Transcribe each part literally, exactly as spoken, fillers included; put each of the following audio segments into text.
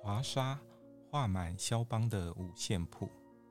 华沙画满肖邦的五线谱。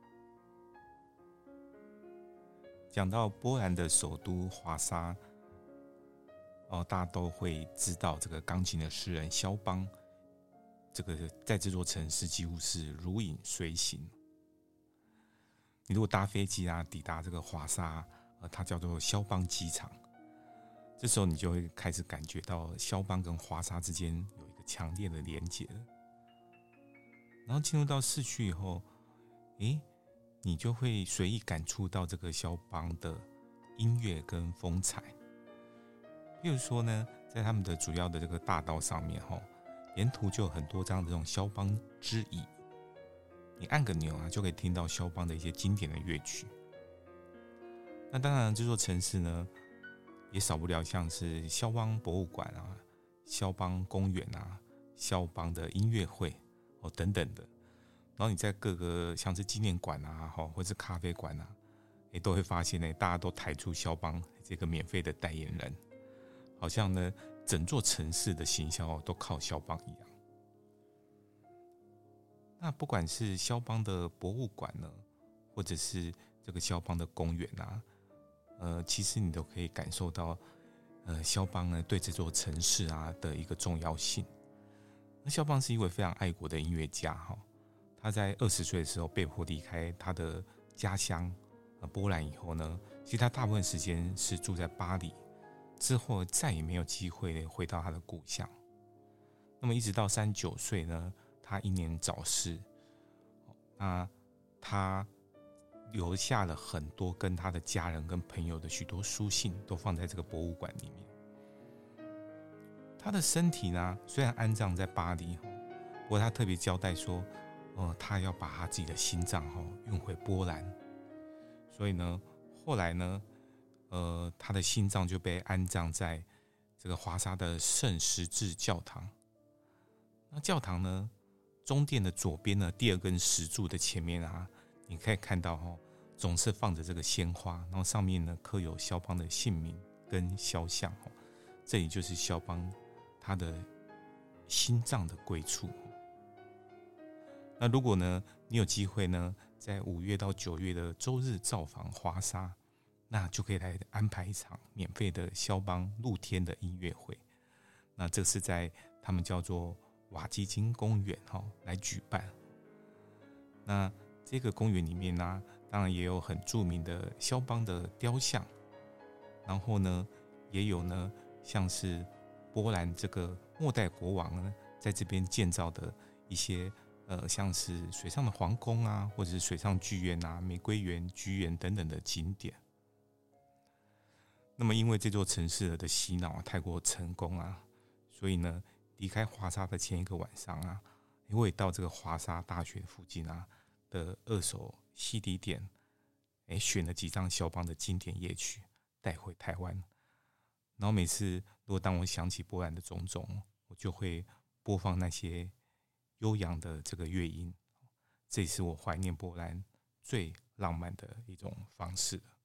讲到波兰的首都华沙，哦，大家都会知道这个钢琴的诗人肖邦，这个在这座城市几乎是如影随形。你如果搭飞机啊，抵达这个华沙，呃，它叫做肖邦机场，这时候你就会开始感觉到肖邦跟华沙之间有一个强烈的连结了。然后进入到市区以后，诶，你就会随意感触到这个肖邦的音乐跟风采。比如说呢，在他们的主要的这个大道上面，沿途就有很多张这种肖邦之椅，你按个钮啊，就可以听到肖邦的一些经典的乐曲。那当然，这座城市呢，也少不了像是肖邦博物馆啊、肖邦公园啊、肖邦的音乐会哦等等的。然后你在各个像是纪念馆啊，或是咖啡馆啊，也都会发现呢，大家都抬出肖邦这个免费的代言人，好像呢整座城市的行销都靠肖邦一样。那不管是肖邦的博物馆呢，或者是这个肖邦的公园啊，呃，其实你都可以感受到，呃，肖邦呢对这座城市啊的一个重要性。那肖邦是一位非常爱国的音乐家哈，他在二十岁的时候被迫离开他的家乡波兰以后呢，其实他大部分时间是住在巴黎，之后再也没有机会回到他的故乡。那么一直到三十九岁呢，他英年早逝。那他留下了很多跟他的家人跟朋友的许多书信，都放在这个博物馆里面。他的身体呢，虽然安葬在巴黎，不过他特别交代说，呃，他要把他自己的心脏运回波兰。所以呢，后来呢，呃，他的心脏就被安葬在这个华沙的圣十字教堂。那教堂呢，中殿的左边呢，第二根石柱的前面啊，你可以看到哦，总是放着这个鲜花，然后上面呢刻有肖邦的姓名跟肖像哦，这里就是肖邦他的心脏的归处。那如果呢，你有机会呢，在五月到九月的周日造访华沙，那就可以来安排一场免费的肖邦露天的音乐会。那这是在他们叫做瓦基金公园来举办。那这个公园里面呢，当然也有很著名的肖邦的雕像，然后呢，也有呢像是波兰这个末代国王呢，在这边建造的一些呃，像是水上的皇宫啊，或者是水上剧院啊、玫瑰园、菊园等等的景点。那么，因为这座城市的洗脑、啊、太过成功啊，所以呢，离开华沙的前一个晚上啊，我也到这个华沙大学附近啊的二手 C D 店，哎，选了几张肖邦的经典夜曲带回台湾。然后每次如果当我想起波兰的种种，我就会播放那些悠扬的这个乐音，这也是我怀念波兰最浪漫的一种方式了。